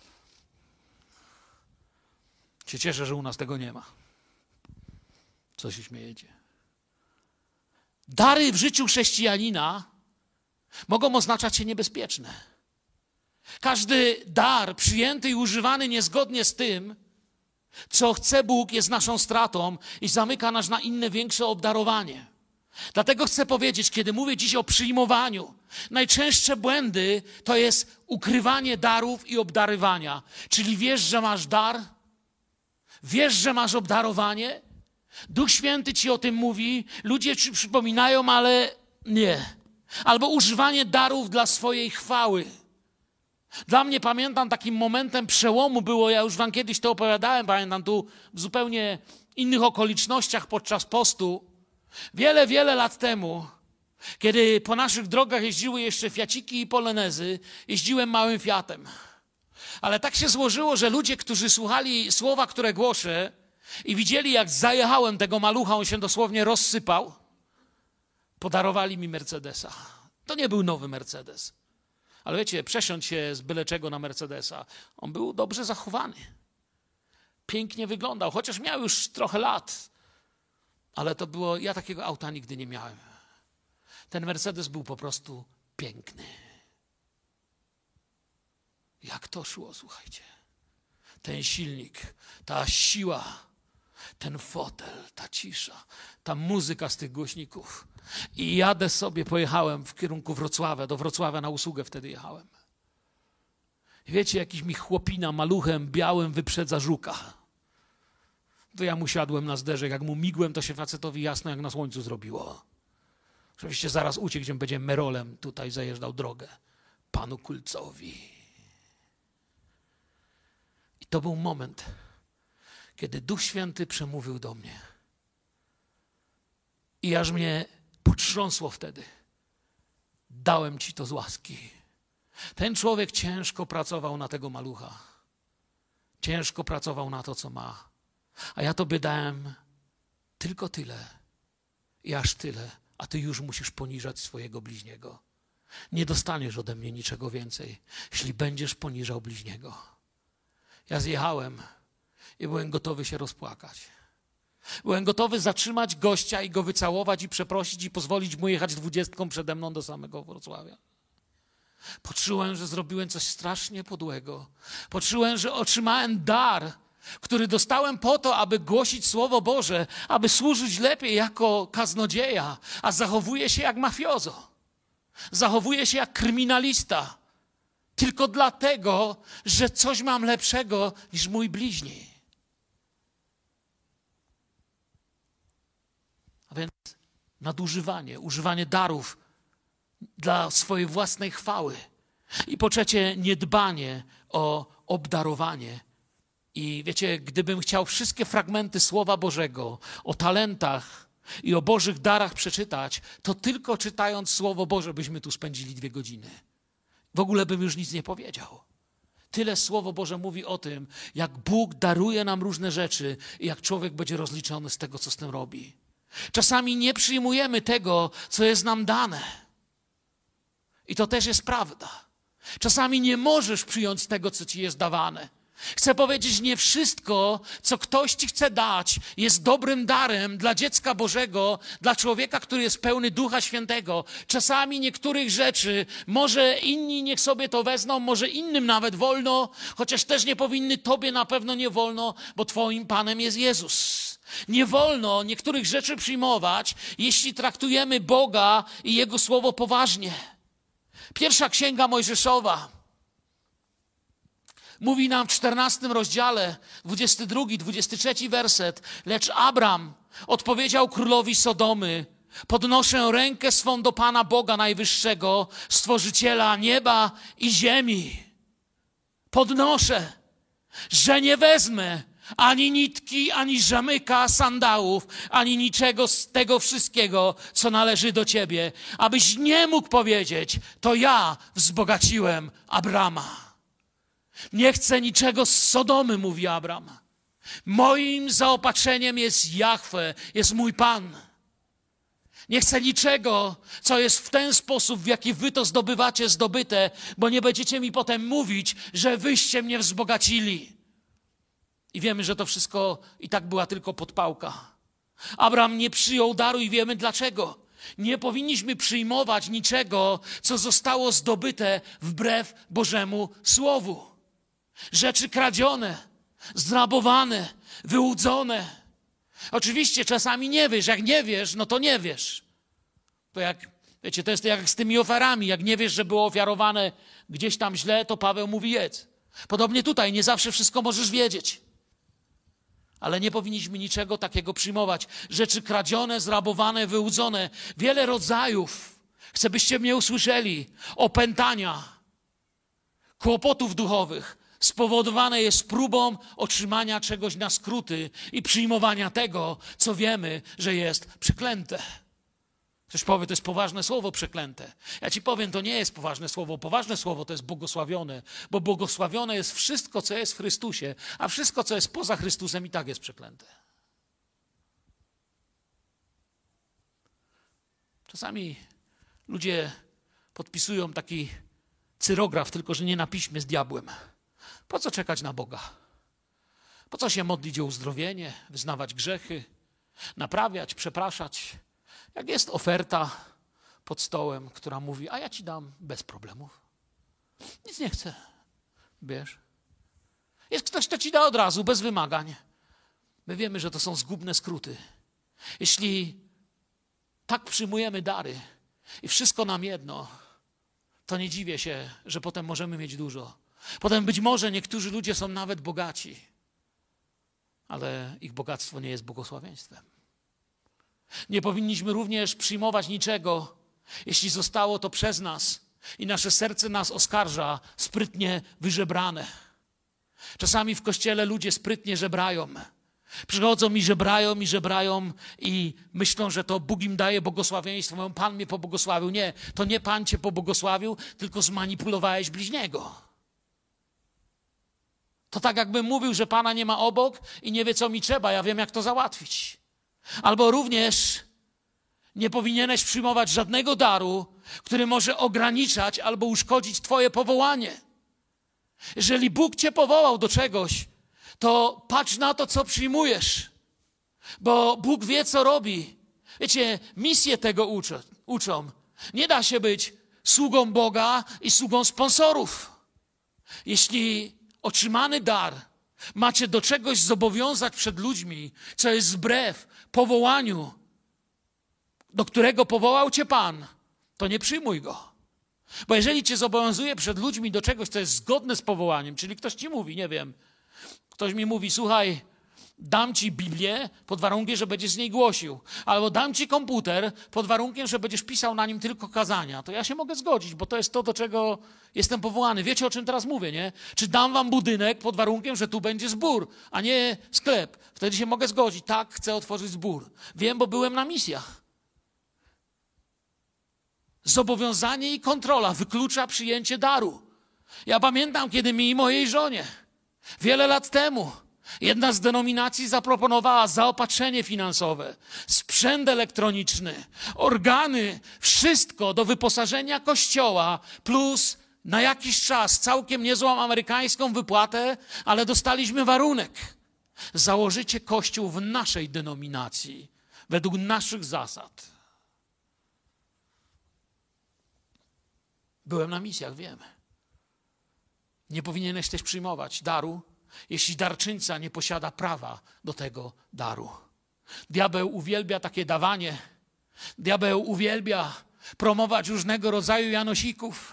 Się cieszę, że u nas tego nie ma. Co się śmiejecie? Dary w życiu chrześcijanina mogą oznaczać się niebezpieczne. Każdy dar przyjęty i używany niezgodnie z tym, co chce Bóg, jest naszą stratą i zamyka nas na inne, większe obdarowanie. Dlatego chcę powiedzieć, kiedy mówię dziś o przyjmowaniu, najczęstsze błędy to jest ukrywanie darów i obdarywania. Czyli wiesz, że masz dar, wiesz, że masz obdarowanie, Duch Święty ci o tym mówi, ludzie ci przypominają, ale nie. Albo używanie darów dla swojej chwały. Dla mnie, pamiętam, takim momentem przełomu było, ja już wam kiedyś to opowiadałem, pamiętam tu w zupełnie innych okolicznościach podczas postu, wiele lat temu, kiedy po naszych drogach jeździły jeszcze Fiaciki i Polonezy, jeździłem małym Fiatem. Ale tak się złożyło, że ludzie, którzy słuchali słowa, które głoszę i widzieli, jak zajechałem tego malucha, on się dosłownie rozsypał, podarowali mi Mercedesa. To nie był nowy Mercedes. Ale wiecie, przesiądź się z byle czego na Mercedesa. On był dobrze zachowany. Pięknie wyglądał, chociaż miał już trochę lat. Ale to było, ja takiego auta nigdy nie miałem. Ten Mercedes był po prostu piękny. Jak to szło, słuchajcie. Ten silnik, ta siła, ten fotel, ta cisza, ta muzyka z tych głośników. I jadę sobie, pojechałem w kierunku Wrocławia, do Wrocławia na usługę wtedy jechałem. I wiecie, jakiś mi chłopina maluchem białym wyprzedza żuka. To ja mu siadłem na zderzek, jak mu migłem, to się facetowi jasno jak na słońcu zrobiło. Oczywiście zaraz uciekł, gdzie będzie Merolem tutaj zajeżdżał drogę panu Kulcowi. I to był moment, kiedy Duch Święty przemówił do mnie. I aż mnie potrząsło wtedy. Dałem ci to z łaski. Ten człowiek ciężko pracował na tego malucha. Ciężko pracował na to, co ma. A ja tobie dałem tylko tyle i aż tyle, a ty już musisz poniżać swojego bliźniego. Nie dostaniesz ode mnie niczego więcej, jeśli będziesz poniżał bliźniego. Ja zjechałem i byłem gotowy się rozpłakać. Byłem gotowy zatrzymać gościa i go wycałować i przeprosić i pozwolić mu jechać 20 przede mną do samego Wrocławia. Poczułem, że zrobiłem coś strasznie podłego. Poczułem, że otrzymałem dar, który dostałem po to, aby głosić Słowo Boże, aby służyć lepiej jako kaznodzieja, a zachowuję się jak mafiozo. Zachowuję się jak kryminalista. Tylko dlatego, że coś mam lepszego niż mój bliźni. A więc nadużywanie, używanie darów dla swojej własnej chwały. I po trzecie, niedbanie o obdarowanie. I wiecie, gdybym chciał wszystkie fragmenty Słowa Bożego o talentach i o Bożych darach przeczytać, to tylko czytając Słowo Boże byśmy tu spędzili 2 godziny. W ogóle bym już nic nie powiedział. Tyle Słowo Boże mówi o tym, jak Bóg daruje nam różne rzeczy i jak człowiek będzie rozliczony z tego, co z tym robi. Czasami nie przyjmujemy tego, co jest nam dane. I to też jest prawda. Czasami nie możesz przyjąć tego, co ci jest dawane. Chcę powiedzieć, nie wszystko, co ktoś ci chce dać, jest dobrym darem dla dziecka Bożego, dla człowieka, który jest pełny Ducha Świętego. Czasami niektórych rzeczy, może inni niech sobie to wezmą, może innym nawet wolno, chociaż też nie powinny, tobie na pewno nie wolno, bo twoim Panem jest Jezus. Nie wolno niektórych rzeczy przyjmować, jeśli traktujemy Boga i Jego Słowo poważnie. Pierwsza Księga Mojżeszowa mówi nam w 14 rozdziale, 22, 23 werset. Lecz Abram odpowiedział królowi Sodomy: podnoszę rękę swą do Pana Boga Najwyższego, Stworzyciela nieba i ziemi. Podnoszę, że nie wezmę ani nitki, ani rzemyka sandałów, ani niczego z tego wszystkiego, co należy do Ciebie, abyś nie mógł powiedzieć: to ja wzbogaciłem Abrama. Nie chcę niczego z Sodomy, mówi Abram. Moim zaopatrzeniem jest Jahwe, jest mój Pan. Nie chcę niczego, co jest w ten sposób, w jaki wy to zdobywacie, zdobyte, bo nie będziecie mi potem mówić, że wyście mnie wzbogacili. I wiemy, że to wszystko i tak była tylko podpałka. Abram nie przyjął daru i wiemy dlaczego. Nie powinniśmy przyjmować niczego, co zostało zdobyte wbrew Bożemu Słowu. Rzeczy kradzione, zrabowane, wyłudzone. Oczywiście czasami nie wiesz. Jak nie wiesz, no to nie wiesz. To jak, wiecie, to jest jak z tymi ofiarami. Jak nie wiesz, że było ofiarowane gdzieś tam źle, to Paweł mówi: jedz. Podobnie tutaj, nie zawsze wszystko możesz wiedzieć. Ale nie powinniśmy niczego takiego przyjmować. Rzeczy kradzione, zrabowane, wyłudzone. Wiele rodzajów, chcę byście mnie usłyszeli, opętania, kłopotów duchowych spowodowane jest próbą otrzymania czegoś na skróty i przyjmowania tego, co wiemy, że jest przeklęte. Ktoś powie, to jest poważne słowo przeklęte. Ja ci powiem, to nie jest poważne słowo. Poważne słowo to jest błogosławione, bo błogosławione jest wszystko, co jest w Chrystusie, a wszystko, co jest poza Chrystusem, i tak jest przeklęte. Czasami ludzie podpisują taki cyrograf, tylko że nie na piśmie, z diabłem. Po co czekać na Boga? Po co się modlić o uzdrowienie, wyznawać grzechy, naprawiać, przepraszać? Jak jest oferta pod stołem, która mówi: a ja ci dam bez problemów. Nic nie chcę. Bierz. Jest ktoś, kto ci da od razu, bez wymagań. My wiemy, że to są zgubne skróty. Jeśli tak przyjmujemy dary i wszystko nam jedno, to nie dziwię się, że potem możemy mieć dużo. Potem być może niektórzy ludzie są nawet bogaci, ale ich bogactwo nie jest błogosławieństwem. Nie powinniśmy również przyjmować niczego, jeśli zostało to przez nas i nasze serce nas oskarża, sprytnie wyżebrane. Czasami w kościele ludzie sprytnie żebrają. Przychodzą i żebrają i myślą, że to Bóg im daje błogosławieństwo. Mówią: Pan mnie pobłogosławił. Nie, to nie Pan cię pobłogosławił, tylko zmanipulowałeś bliźniego. To tak jakbym mówił, że Pana nie ma obok i nie wie, co mi trzeba. Ja wiem, jak to załatwić. Albo również nie powinieneś przyjmować żadnego daru, który może ograniczać albo uszkodzić twoje powołanie. Jeżeli Bóg cię powołał do czegoś, to patrz na to, co przyjmujesz. Bo Bóg wie, co robi. Wiecie, misje tego uczą. Nie da się być sługą Boga i sługą sponsorów. Jeśli otrzymany dar macie do czegoś zobowiązać przed ludźmi, co jest wbrew powołaniu, do którego powołał cię Pan, to nie przyjmuj go. Bo jeżeli cię zobowiązuje przed ludźmi do czegoś, co jest zgodne z powołaniem, czyli ktoś ci mówi, nie wiem, ktoś mi mówi: słuchaj, dam ci Biblię pod warunkiem, że będziesz z niej głosił. Albo dam ci komputer pod warunkiem, że będziesz pisał na nim tylko kazania. To ja się mogę zgodzić, bo to jest to, do czego jestem powołany. Wiecie, o czym teraz mówię, nie? Czy dam wam budynek pod warunkiem, że tu będzie zbór, a nie sklep. Wtedy się mogę zgodzić. Tak, chcę otworzyć zbór. Wiem, bo byłem na misjach. Zobowiązanie i kontrola wyklucza przyjęcie daru. Ja pamiętam, kiedy mi i mojej żonie wiele lat temu jedna z denominacji zaproponowała zaopatrzenie finansowe, sprzęt elektroniczny, organy, wszystko do wyposażenia kościoła plus na jakiś czas całkiem niezłą amerykańską wypłatę, ale dostaliśmy warunek. Założycie kościół w naszej denominacji, według naszych zasad. Byłem na misjach, wiem. Nie powinieneś też przyjmować daru, jeśli darczyńca nie posiada prawa do tego daru. Diabeł uwielbia takie dawanie. Diabeł uwielbia promować różnego rodzaju janosików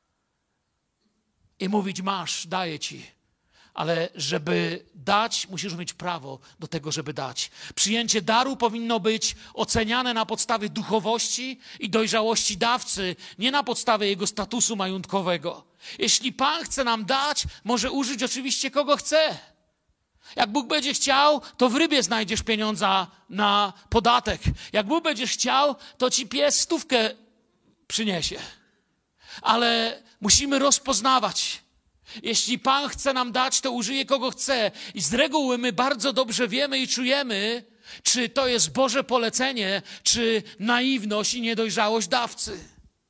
i mówić: masz, daję ci. Ale żeby dać, musisz mieć prawo do tego, żeby dać. Przyjęcie daru powinno być oceniane na podstawie duchowości i dojrzałości dawcy, nie na podstawie jego statusu majątkowego. Jeśli Pan chce nam dać, może użyć oczywiście kogo chce. Jak Bóg będzie chciał, to w rybie znajdziesz pieniądze na podatek. Jak Bóg będzie chciał, to ci pies 100 przyniesie. Ale musimy rozpoznawać. Jeśli Pan chce nam dać, to użyje kogo chce. I z reguły my bardzo dobrze wiemy i czujemy, czy to jest Boże polecenie, czy naiwność i niedojrzałość dawcy.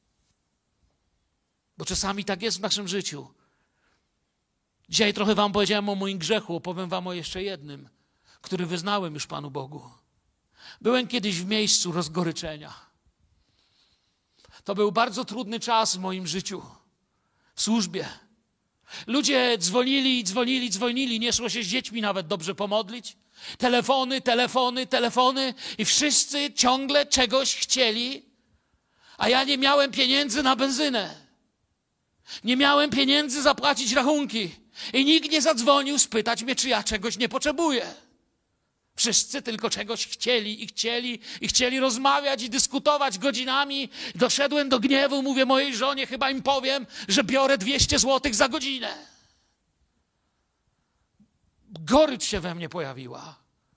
Bo czasami tak jest w naszym życiu. Dzisiaj trochę wam powiedziałem o moim grzechu, opowiem wam o jeszcze jednym, który wyznałem już Panu Bogu. Byłem kiedyś w miejscu rozgoryczenia. To był bardzo trudny czas w moim życiu, w służbie. Ludzie dzwonili, nie szło się z dziećmi nawet dobrze pomodlić. Telefony i wszyscy ciągle czegoś chcieli, a ja nie miałem pieniędzy na benzynę. Nie miałem pieniędzy zapłacić rachunki i nikt nie zadzwonił spytać mnie, czy ja czegoś nie potrzebuję. Wszyscy tylko czegoś chcieli rozmawiać i dyskutować godzinami. Doszedłem do gniewu, mówię mojej żonie, chyba im powiem, że biorę 200 złotych za godzinę. Gorycz się we mnie pojawiła.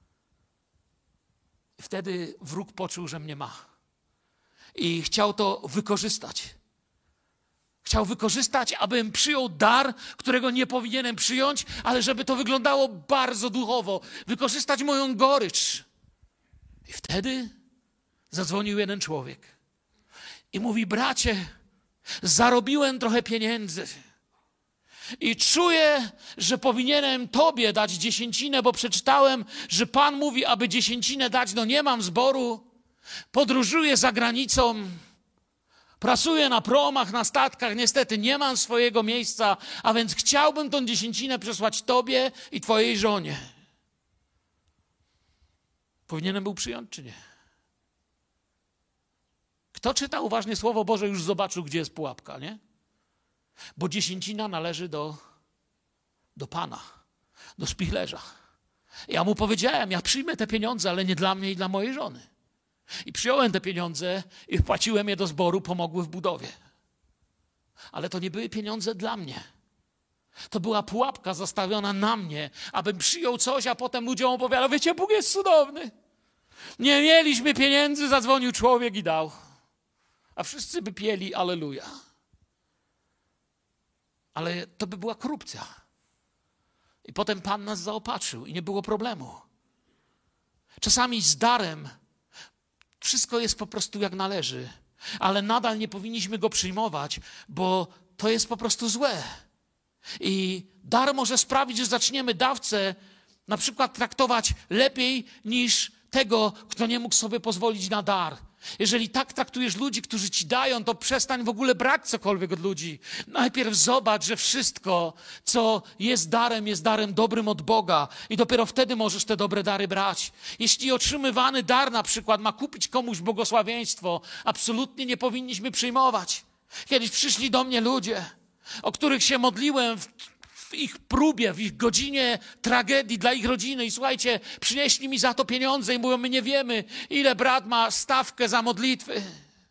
Wtedy wróg poczuł, że mnie ma. I chciał to wykorzystać. Chciał wykorzystać, abym przyjął dar, którego nie powinienem przyjąć, ale żeby to wyglądało bardzo duchowo. Wykorzystać moją gorycz. I wtedy zadzwonił jeden człowiek i mówi: bracie, zarobiłem trochę pieniędzy i czuję, że powinienem tobie dać dziesięcinę, bo przeczytałem, że Pan mówi, aby dziesięcinę dać. No nie mam zboru, podróżuję za granicą, pracuję na promach, na statkach, niestety nie mam swojego miejsca, a więc chciałbym tą dziesięcinę przesłać tobie i twojej żonie. Powinienem był przyjąć, czy nie? Kto czyta uważnie Słowo Boże, już zobaczył, gdzie jest pułapka, nie? Bo dziesięcina należy do Pana, do szpichlerza. Ja mu powiedziałem: ja przyjmę te pieniądze, ale nie dla mnie i dla mojej żony. I przyjąłem te pieniądze i wpłaciłem je do zboru, pomogły w budowie. Ale to nie były pieniądze dla mnie. To była pułapka zastawiona na mnie, abym przyjął coś, a potem ludziom opowiadał: wiecie, Bóg jest cudowny. Nie mieliśmy pieniędzy, zadzwonił człowiek i dał. A wszyscy by pieli alleluja. Ale to by była korupcja. I potem Pan nas zaopatrzył i nie było problemu. Czasami z darem wszystko jest po prostu jak należy, ale nadal nie powinniśmy go przyjmować, bo to jest po prostu złe. I dar może sprawić, że zaczniemy dawcę na przykład traktować lepiej niż tego, kto nie mógł sobie pozwolić na dar. Jeżeli tak traktujesz ludzi, którzy ci dają, to przestań w ogóle brać cokolwiek od ludzi. Najpierw zobacz, że wszystko, co jest darem dobrym od Boga i dopiero wtedy możesz te dobre dary brać. Jeśli otrzymywany dar na przykład ma kupić komuś błogosławieństwo, absolutnie nie powinniśmy przyjmować. Kiedyś przyszli do mnie ludzie, o których się modliłem w ich próbie, w ich godzinie tragedii dla ich rodziny i słuchajcie, przynieśli mi za to pieniądze i mówią: my nie wiemy, ile brat ma stawkę za modlitwy.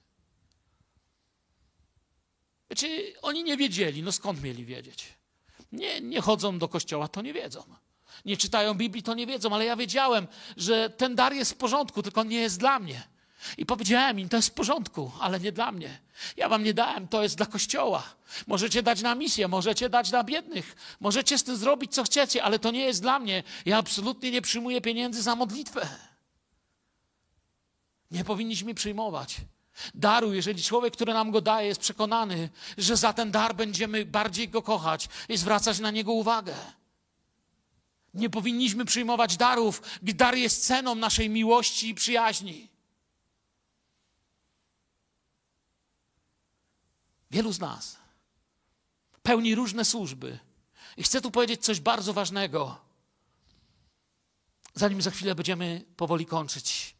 Wiecie, oni nie wiedzieli, no skąd mieli wiedzieć? Nie chodzą do kościoła, to nie wiedzą. Nie czytają Biblii, to nie wiedzą, ale ja wiedziałem, że ten dar jest w porządku, tylko on nie jest dla mnie. I powiedziałem im: to jest w porządku, ale nie dla mnie. Ja wam nie dałem, to jest dla Kościoła. Możecie dać na misję, możecie dać dla biednych, możecie z tym zrobić, co chcecie, ale to nie jest dla mnie. Ja absolutnie nie przyjmuję pieniędzy za modlitwę. Nie powinniśmy przyjmować daru, jeżeli człowiek, który nam go daje, jest przekonany, że za ten dar będziemy bardziej go kochać i zwracać na niego uwagę. Nie powinniśmy przyjmować darów, gdy dar jest ceną naszej miłości i przyjaźni. Wielu z nas pełni różne służby. I chcę tu powiedzieć coś bardzo ważnego, zanim za chwilę będziemy powoli kończyć.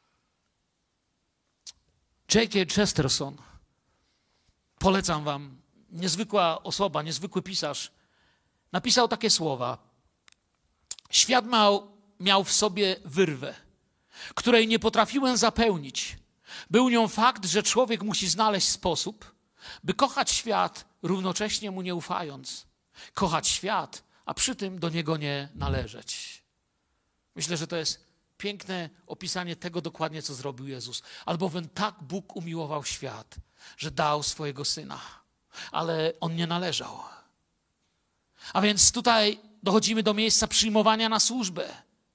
J.K. Chesterton, polecam wam, niezwykła osoba, niezwykły pisarz, napisał takie słowa. Świat miał w sobie wyrwę, której nie potrafiłem zapełnić. Był nią fakt, że człowiek musi znaleźć sposób, by kochać świat, równocześnie mu nie ufając. Kochać świat, a przy tym do niego nie należeć. Myślę, że to jest piękne opisanie tego dokładnie, co zrobił Jezus. Albowiem tak Bóg umiłował świat, że dał swojego Syna, ale On nie należał. A więc tutaj dochodzimy do miejsca przyjmowania na służbę.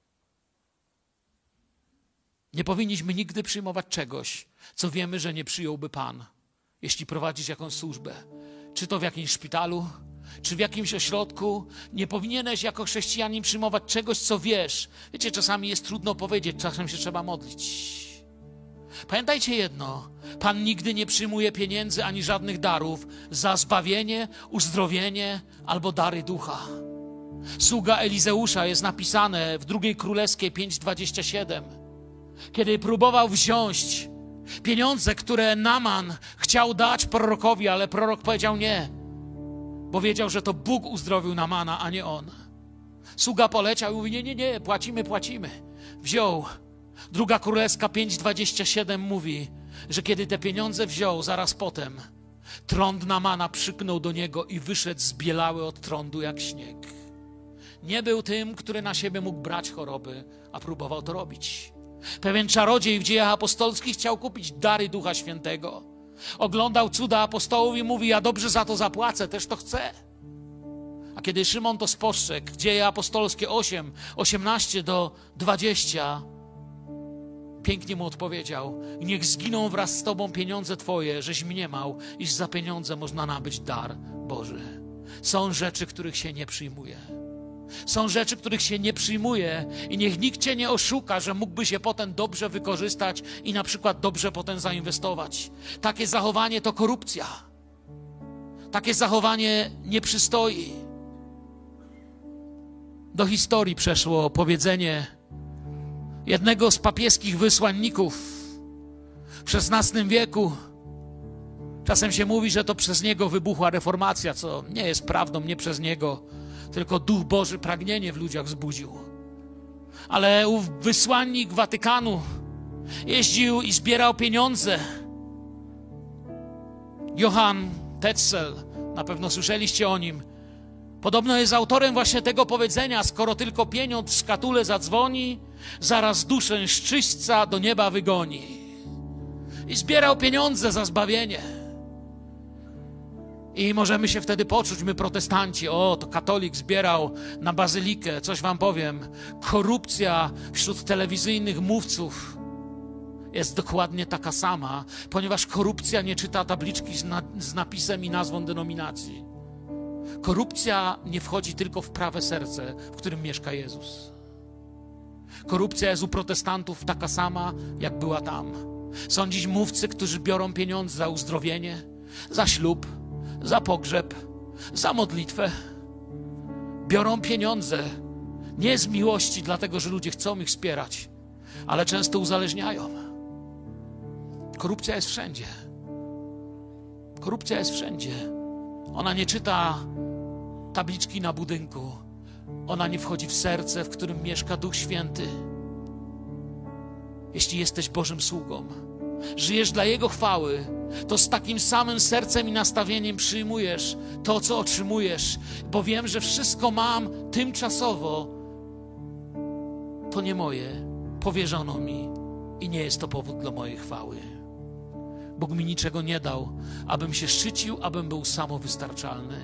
Nie powinniśmy nigdy przyjmować czegoś, co wiemy, że nie przyjąłby Pan, jeśli prowadzisz jakąś służbę. Czy to w jakimś szpitalu, czy w jakimś ośrodku. Nie powinieneś jako chrześcijanin przyjmować czegoś, co wiesz. Wiecie, czasami jest trudno powiedzieć, czasem się trzeba modlić. Pamiętajcie jedno, Pan nigdy nie przyjmuje pieniędzy ani żadnych darów za zbawienie, uzdrowienie albo dary ducha. Sługa Elizeusza jest napisane w 2 Królewskiej 5:27. Kiedy próbował wziąć pieniądze, które Naman chciał dać prorokowi, ale prorok powiedział nie, bo wiedział, że to Bóg uzdrowił Namana, a nie on. Sługa poleciał i mówi, nie, płacimy. Wziął. 2 Królewska 5:27 mówi, że kiedy te pieniądze wziął, zaraz potem trąd Namana przyknął do niego i wyszedł zbielały od trądu jak śnieg. Nie był tym, który na siebie mógł brać choroby, a próbował to robić. Pewien czarodziej w Dziejach Apostolskich chciał kupić dary Ducha Świętego. Oglądał cuda apostołów i mówi, ja dobrze za to zapłacę, też to chcę. A kiedy Szymon to spostrzegł, Dzieje Apostolskie 8, 18-20, pięknie mu odpowiedział, niech zginą wraz z tobą pieniądze twoje, żeś mniemał, iż za pieniądze można nabyć dar Boży. Są rzeczy, których się nie przyjmuje. Są rzeczy, których się nie przyjmuje i niech nikt cię nie oszuka, że mógłby się potem dobrze wykorzystać i na przykład dobrze potem zainwestować. Takie zachowanie to korupcja. Takie zachowanie nie przystoi. Do historii przeszło powiedzenie jednego z papieskich wysłanników w XVI wieku. Czasem się mówi, że to przez niego wybuchła reformacja, co nie jest prawdą, nie przez niego, tylko Duch Boży pragnienie w ludziach wzbudził. Ale ów wysłannik Watykanu jeździł i zbierał pieniądze. Johann Tetzel, na pewno słyszeliście o nim, podobno jest autorem właśnie tego powiedzenia, skoro tylko pieniądz w szkatule zadzwoni, zaraz duszę szczyśca do nieba wygoni. I zbierał pieniądze za zbawienie. I możemy się wtedy poczuć, my protestanci, to katolik zbierał na bazylikę, coś wam powiem. Korupcja wśród telewizyjnych mówców jest dokładnie taka sama, ponieważ korupcja nie czyta tabliczki z napisem i nazwą denominacji. Korupcja nie wchodzi tylko w prawe serce, w którym mieszka Jezus. Korupcja jest u protestantów taka sama, jak była tam. Są dziś mówcy, którzy biorą pieniądze za uzdrowienie, za ślub, za pogrzeb, za modlitwę. Biorą pieniądze nie z miłości, dlatego że ludzie chcą ich wspierać, ale często uzależniają. Korupcja jest wszędzie. Korupcja jest wszędzie. Ona nie czyta tabliczki na budynku. Ona nie wchodzi w serce, w którym mieszka Duch Święty. Jeśli jesteś Bożym sługą, żyjesz dla Jego chwały, to z takim samym sercem i nastawieniem przyjmujesz to, co otrzymujesz, bo wiem, że wszystko mam tymczasowo. To nie moje, powierzono mi i nie jest to powód do mojej chwały. Bóg mi niczego nie dał, abym się szczycił, abym był samowystarczalny.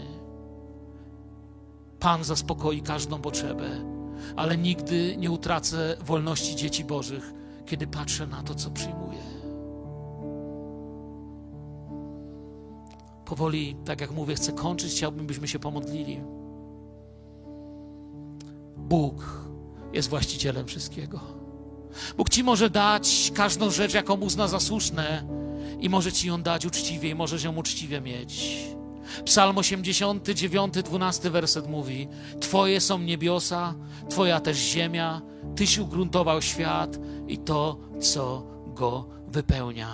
Pan zaspokoi każdą potrzebę, ale nigdy nie utracę wolności dzieci Bożych, kiedy patrzę na to, co przyjmuję. Powoli, tak jak mówię, chcę kończyć. Chciałbym, byśmy się pomodlili. Bóg jest właścicielem wszystkiego. Bóg ci może dać każdą rzecz, jaką uzna za słuszne i może ci ją dać uczciwie i możesz ją uczciwie mieć. Psalm 89, 12 werset mówi: Twoje są niebiosa, Twoja też ziemia, Tyś ugruntował świat i to, co go wypełnia.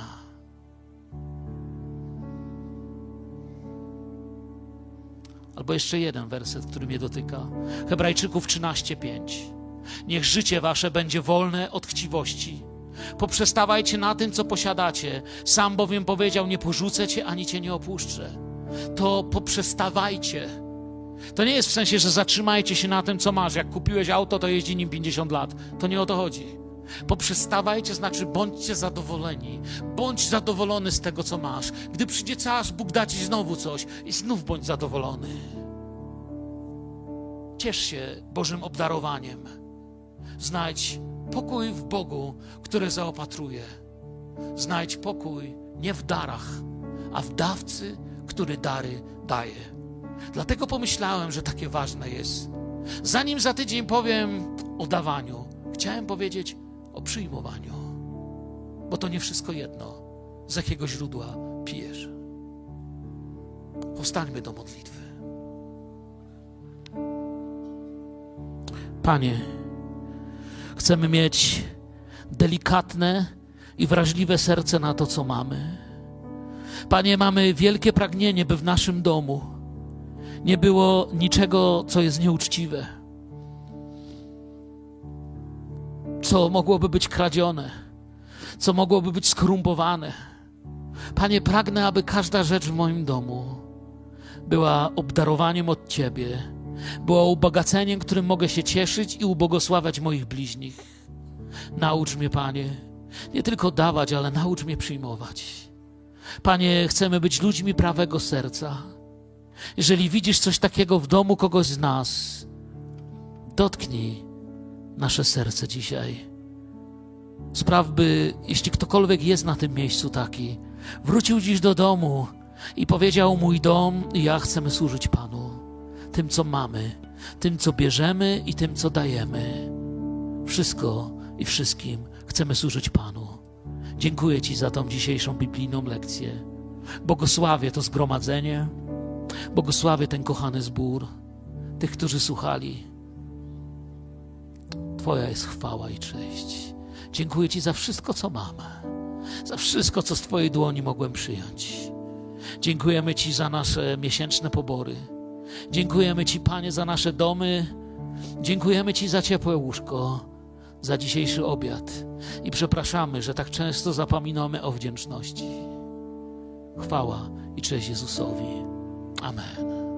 Albo jeszcze jeden werset, który mnie dotyka. Hebrajczyków 13:5. Niech życie wasze będzie wolne od chciwości. Poprzestawajcie na tym, co posiadacie. Sam bowiem powiedział: nie porzucę cię, ani cię nie opuszczę. To poprzestawajcie. To nie jest w sensie, że zatrzymajcie się na tym, co masz. Jak kupiłeś auto, to jeździ nim 50 lat. To nie o to chodzi. Poprzestawajcie znaczy bądźcie zadowoleni. Bądź zadowolony z tego, co masz. Gdy przyjdzie czas, Bóg da ci znowu coś i znów bądź zadowolony. Ciesz się Bożym obdarowaniem. Znajdź pokój w Bogu, który zaopatruje. Znajdź pokój nie w darach, a w dawcy, który dary daje. Dlatego pomyślałem, że takie ważne jest. Zanim za tydzień powiem o dawaniu, chciałem powiedzieć o przyjmowaniu. Bo to nie wszystko jedno, z jakiego źródła pijesz. Powstańmy do modlitwy. Panie, chcemy mieć delikatne i wrażliwe serce na to, co mamy. Panie, mamy wielkie pragnienie, by w naszym domu nie było niczego, co jest nieuczciwe, co mogłoby być kradzione, co mogłoby być skorumpowane. Panie, pragnę, aby każda rzecz w moim domu była obdarowaniem od Ciebie, była ubogaceniem, którym mogę się cieszyć i ubłogosławiać moich bliźnich. Naucz mnie, Panie, nie tylko dawać, ale naucz mnie przyjmować. Panie, chcemy być ludźmi prawego serca. Jeżeli widzisz coś takiego w domu kogoś z nas, dotknij nasze serce dzisiaj. Spraw, by, jeśli ktokolwiek jest na tym miejscu taki, wrócił dziś do domu i powiedział: mój dom i ja chcemy służyć Panu. Tym, co mamy, tym, co bierzemy i tym, co dajemy. Wszystko i wszystkim chcemy służyć Panu. Dziękuję Ci za tą dzisiejszą biblijną lekcję. Błogosławię to zgromadzenie, błogosławię ten kochany zbór, tych, którzy słuchali. Twoja jest chwała i cześć. Dziękuję Ci za wszystko, co mamy, za wszystko, co z Twojej dłoni mogłem przyjąć. Dziękujemy Ci za nasze miesięczne pobory. Dziękujemy Ci, Panie, za nasze domy. Dziękujemy Ci za ciepłe łóżko, za dzisiejszy obiad. I przepraszamy, że tak często zapominamy o wdzięczności. Chwała i cześć Jezusowi. Amen.